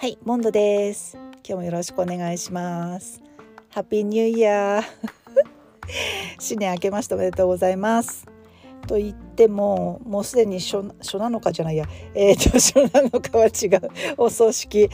はい、モンドです。今日もよろしくお願いします。ハッピーニューイヤー新年明けましておめでとうございます。と言ってももうすでに初なのかじゃないや、初なのかは違うお葬式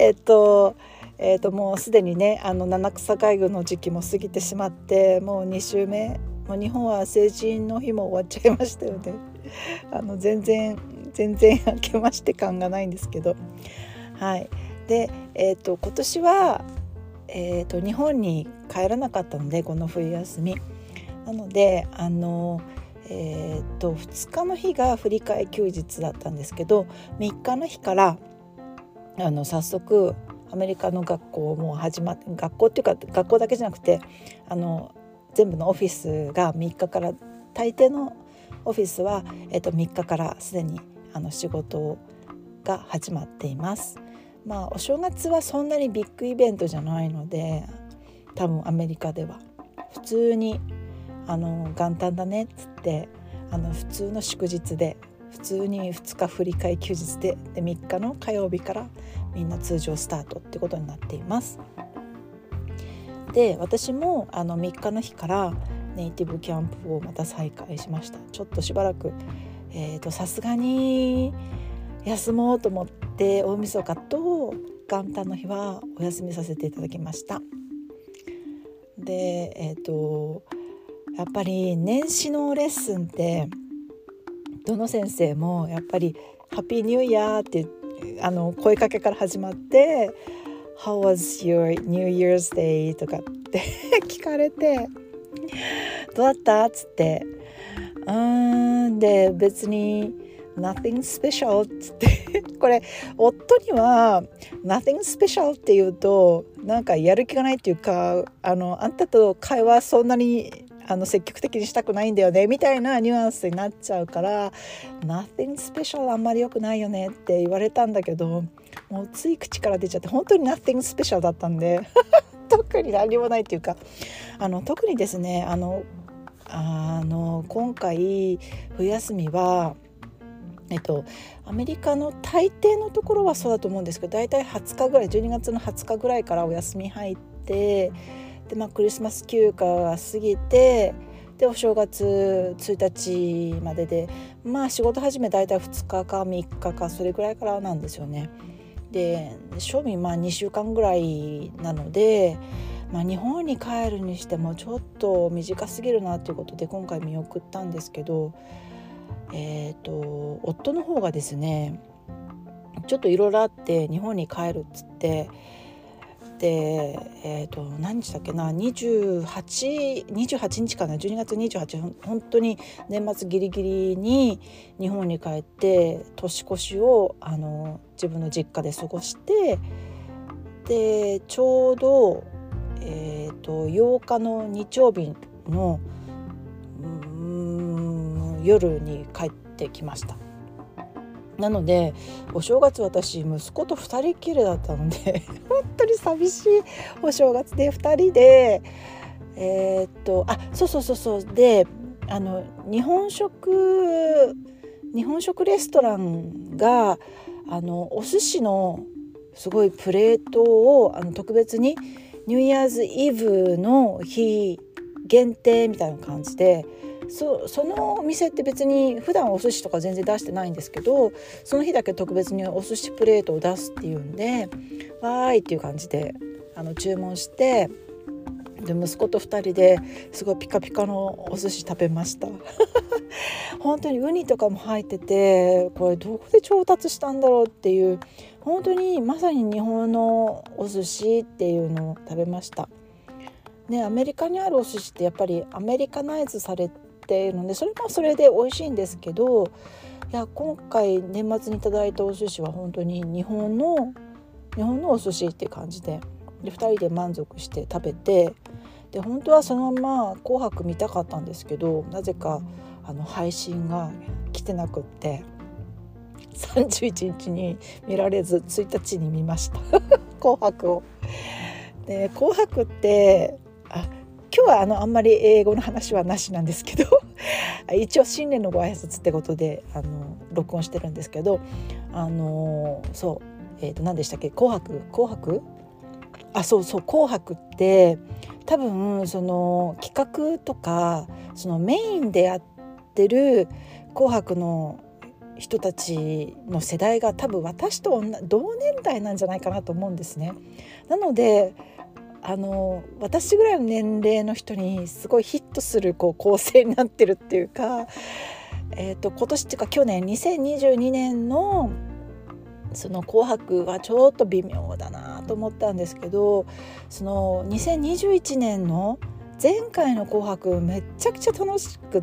もうすでにね七草がゆの時期も過ぎてしまって、もう2週目、もう日本は成人の日も終わっちゃいましたよね。全然明けまして感がないんですけど、はい。で、今年は、日本に帰らなかったので、この冬休みなので2日の日が振り替え休日だったんですけど、3日の日から早速アメリカの学校も始まって、学校っていうか学校だけじゃなくて全部のオフィスが3日から、大抵のオフィスは、3日からすでに仕事が始まっています。お正月はそんなにビッグイベントじゃないので、多分アメリカでは普通に元旦だねっつって普通の祝日で、普通に2日振り替え休日で3日の火曜日からみんな通常スタートってことになっています。で、私も3日の日からネイティブキャンプをまた再開しました。ちょっとしばらくさすがに休もうと思って大晦日と元旦の日はお休みさせていただきました。で、やっぱり年始のレッスンってどの先生もやっぱりハッピーニューイヤーって声かけから始まって、 How was your New Year's Day とかって聞かれて、どうだったっつって、で別にNothing special っつってこれ夫には Nothing special って言うとなんかやる気がないっていうか、あんたと会話そんなに積極的にしたくないんだよねみたいなニュアンスになっちゃうから、 Nothing special あんまり良くないよねって言われたんだけど、もうつい口から出ちゃって本当に Nothing special だったんで特に何もないっていうか、特にですね今回冬休みはアメリカの大抵のところはそうだと思うんですけど、だいたい20日ぐらい、12月の20日ぐらいからお休み入って、で、クリスマス休暇が過ぎて、でお正月1日までで、仕事始めだいたい2日か3日かそれぐらいからなんですよね。で賞味2週間ぐらいなので、日本に帰るにしてもちょっと短すぎるなということで今回見送ったんですけど、夫の方がですねちょっといろいろあって日本に帰るっつって、で何日だっけな、28日かな、12月28、本当に年末ギリギリに日本に帰って年越しを自分の実家で過ごして、でちょうど、8日の日曜日の夜に帰ってきました。なのでお正月私息子と2人きりだったので本当に寂しいお正月で2人でそうで日本食レストランがお寿司のすごいプレートを特別にニューイヤーズイブの日限定みたいな感じで、そのお店って別に普段お寿司とか全然出してないんですけど、その日だけ特別にお寿司プレートを出すっていうんで、わーいっていう感じで注文して、で息子と2人ですごいピカピカのお寿司食べました本当にウニとかも入ってて、これどこで調達したんだろうっていう、本当にまさに日本のお寿司っていうのを食べましたね。アメリカにあるお寿司ってやっぱりアメリカナイズされているので、それもそれで美味しいんですけど、いや今回年末にいただいたお寿司は本当に日本のお寿司っていう感じで、2人で満足して食べて、で本当はそのまま紅白見たかったんですけど、なぜか配信が来てなくって31日に見られず1日に見ました紅白を。で紅白って今日はあんまり英語の話はなしなんですけど一応新年のご挨拶ってことで録音してるんですけど、そう何でしたっけ、紅白そう紅白って多分その企画とかそのメインでやってる紅白の人たちの世代が多分私と同年代なんじゃないかなと思うんですね。なので私ぐらいの年齢の人にすごいヒットする構成になってるっていうか、今年っていうか去年2022年のその紅白はちょっと微妙だなと思ったんですけど、その2021年の前回の紅白めっちゃくちゃ楽しくって、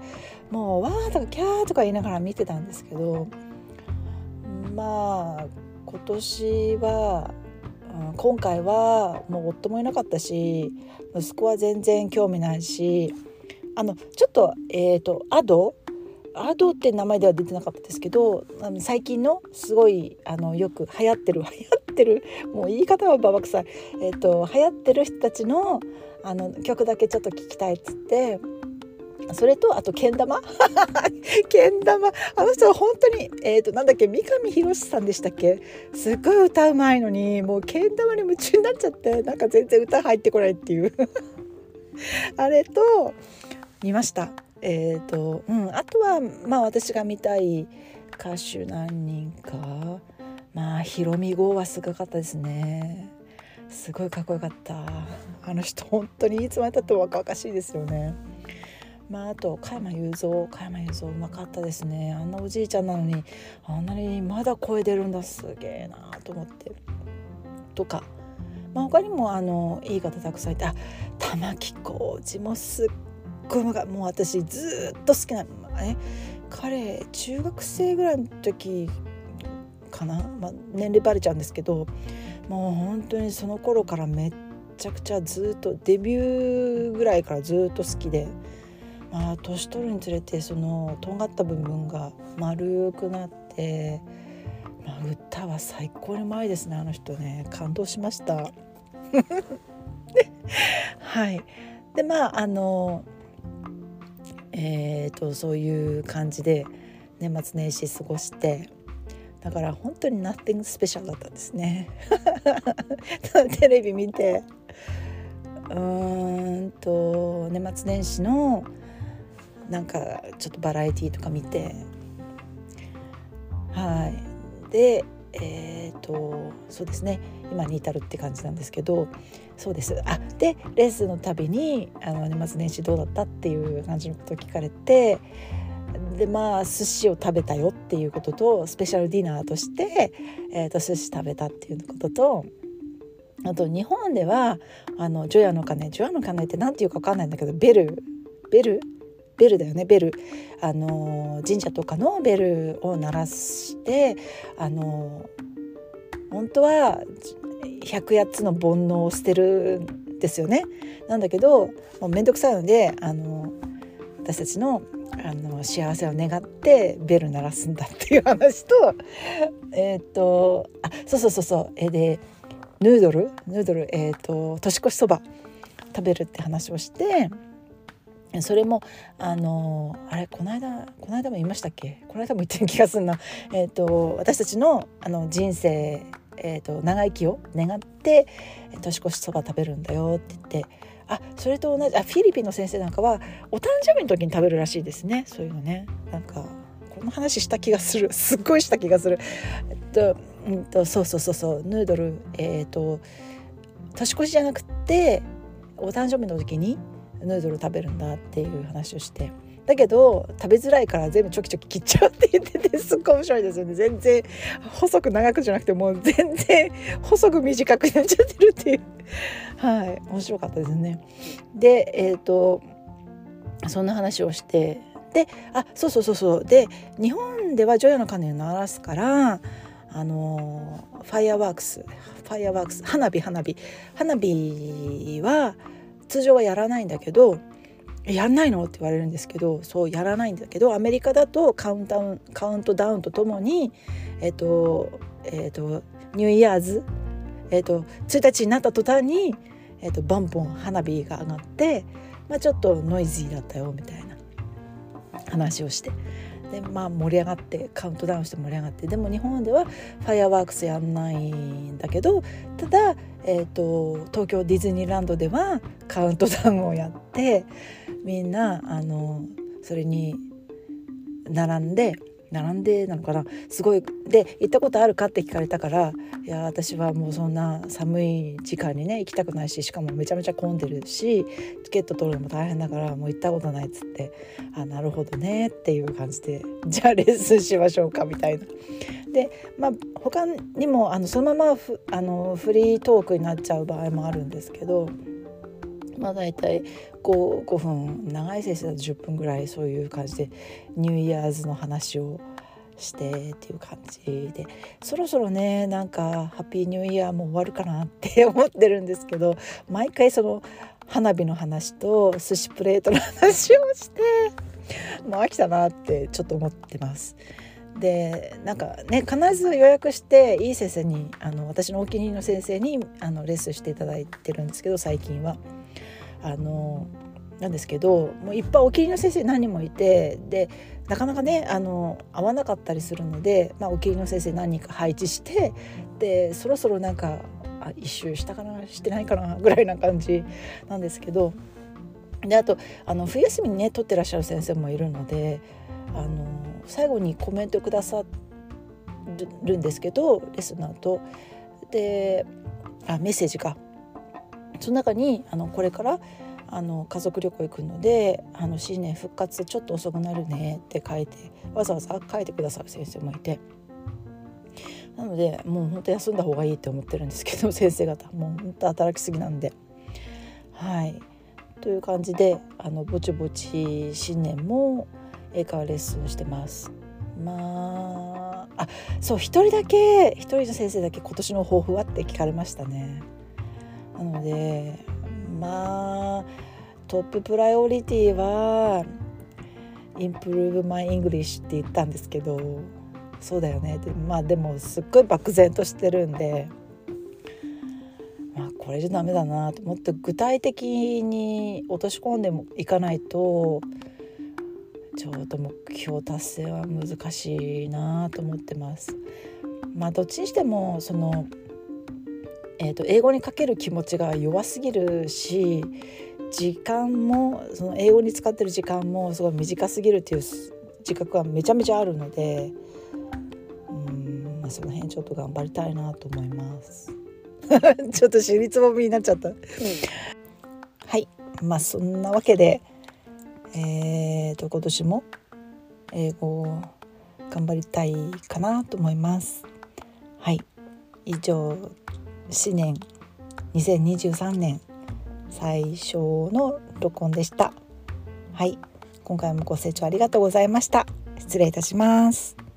もうわーとかキャーとか言いながら見てたんですけど、まあ今年は今回はもう夫もいなかったし、息子は全然興味ないし、ちょっとアドって名前では出てなかったですけど、最近のすごいよく流行ってるもう言い方はババ臭い、流行ってる人たちの曲だけちょっと聞きたいっつって、それとあとけん玉けん玉、あの人は本当になんだっけ、三上博史さんでしたっけ、すっごい歌うまいのにもうけん玉に夢中になっちゃって、なんか全然歌入ってこないっていうあれと見ました。あとは私が見たい歌手何人か、ヒロミ号はすごかったですね。すごいかっこよかった。あの人本当にいつまでたっても若々しいですよね。あと加山雄三うまかったですね。あんなおじいちゃんなのにあんなにまだ声出るんだ、すげえなと思ってとか、他にもいい方たくさんいて、玉置浩二もすっごいもう私ずっと好きな彼中学生ぐらいの時かな、年齢バレちゃうんですけど、もう本当にその頃からめっちゃくちゃずっとデビューぐらいからずっと好きで、年取るにつれてそのとんがった部分が丸くなって、歌は最高にうまいですね。あの人ね、感動しましたはいでそういう感じで年末年始過ごして、だから本当に nothing スペシャルだったんですねテレビ見て年末年始のなんかちょっとバラエティとか見て、でそうですね、今に至るって感じなんですけど、そうです。でレースのたびに年末年始どうだったっていう感じのことを聞かれて、で寿司を食べたよっていうことと、スペシャルディナーとして、寿司食べたっていうことと、あと日本では除夜の鐘ってなんていうか分かんないんだけど、ベルだよね、ベル、神社とかのベルを鳴らして本当は108つの煩悩を捨てるんですよね。なんだけどもうめんどくさいので私たちの幸せを願ってベル鳴らすんだっていう話とそうでヌードル年越しそば食べるって話をして、それもこの間も言いましたっけ、この間も言ってる気がするな。私たちの人生、長生きを願って年越しそば食べるんだよって言って、それと同じフィリピンの先生なんかはお誕生日の時に食べるらしいですね。そういうのね、なんかこの話した気がする、すっごいした気がする。そうヌードル年越しじゃなくてお誕生日の時にヌードル食べるんだっていう話をして、だけど食べづらいから全部ちょきちょき切っちゃうって言ってて、すっごい面白いですよね。全然細く長くじゃなくてもう全然細く短くなっちゃってるっていう面白かったですね。でそんな話をして、でで日本では除夜の鐘を鳴らすからファイアワークス花火は通常はやらないんだけど、やんないのって言われるんですけど、そうやらないんだけど、アメリカだとカウントダウンとともにニューイヤーズ、1日になった途端に、バンボン花火が上がって、ちょっとノイズーだったよみたいな話をして、 で盛り上がってカウントダウンして盛り上がって、でも日本ではファイアワークスやんないんだけど、ただ、東京ディズニーランドではカウントダウンをやって、みんなそれに並んでなのかな、すごいで、行ったことあるかって聞かれたから、いや私はもうそんな寒い時間にね行きたくないし、しかもめちゃめちゃ混んでるしチケット取るのも大変だからもう行ったことないっつって、なるほどねっていう感じで、じゃあレッスンしましょうかみたいな。で他にもそのままフリートークになっちゃう場合もあるんですけど、だいたい5分、長い先生だと10分ぐらい、そういう感じでニューイヤーズの話をしてっていう感じで、そろそろねなんかハッピーニューイヤーも終わるかなって思ってるんですけど、毎回その花火の話と寿司プレートの話をしてもう飽きたなってちょっと思ってます。でなんかね、必ず予約していい先生に私のお気に入りの先生にレッスンしていただいてるんですけど、最近はなんですけど、もういっぱいお気に入りの先生何人もいて、でなかなかね合わなかったりするので、お気に入りの先生何人か配置して、でそろそろなんか一周したかなしてないかなぐらいな感じなんですけど、であと冬休みにね取ってらっしゃる先生もいるので、最後にコメントくださるんですけど、レッスンの後でメッセージか、その中にこれから家族旅行行くので新年復活ちょっと遅くなるねって書いて、わざわざ書いてくださる先生もいて、なのでもう本当休んだ方がいいって思ってるんですけど、先生方もう本当働きすぎなんで、はいという感じでぼちぼち新年も英会話レッスンしてます。そう一人の先生だけ今年の抱負はって聞かれましたね。なのでトッププライオリティは Improve my English って言ったんですけど、そうだよねって、でもすっごい漠然としてるんで、これじゃダメだなと思って、具体的に落とし込んでもいかないとちょっと目標達成は難しいなと思ってます。どっちにしても英語にかける気持ちが弱すぎるし、時間もその英語に使ってる時間もすごい短すぎるっていう自覚がめちゃめちゃあるので、その辺ちょっと頑張りたいなと思いますちょっと尻つぼみになっちゃった、はい、そんなわけで今年も英語を頑張りたいかなと思います。はい、以上新年2023年最初の録音でした。はい、今回もご清聴ありがとうございました。失礼いたします。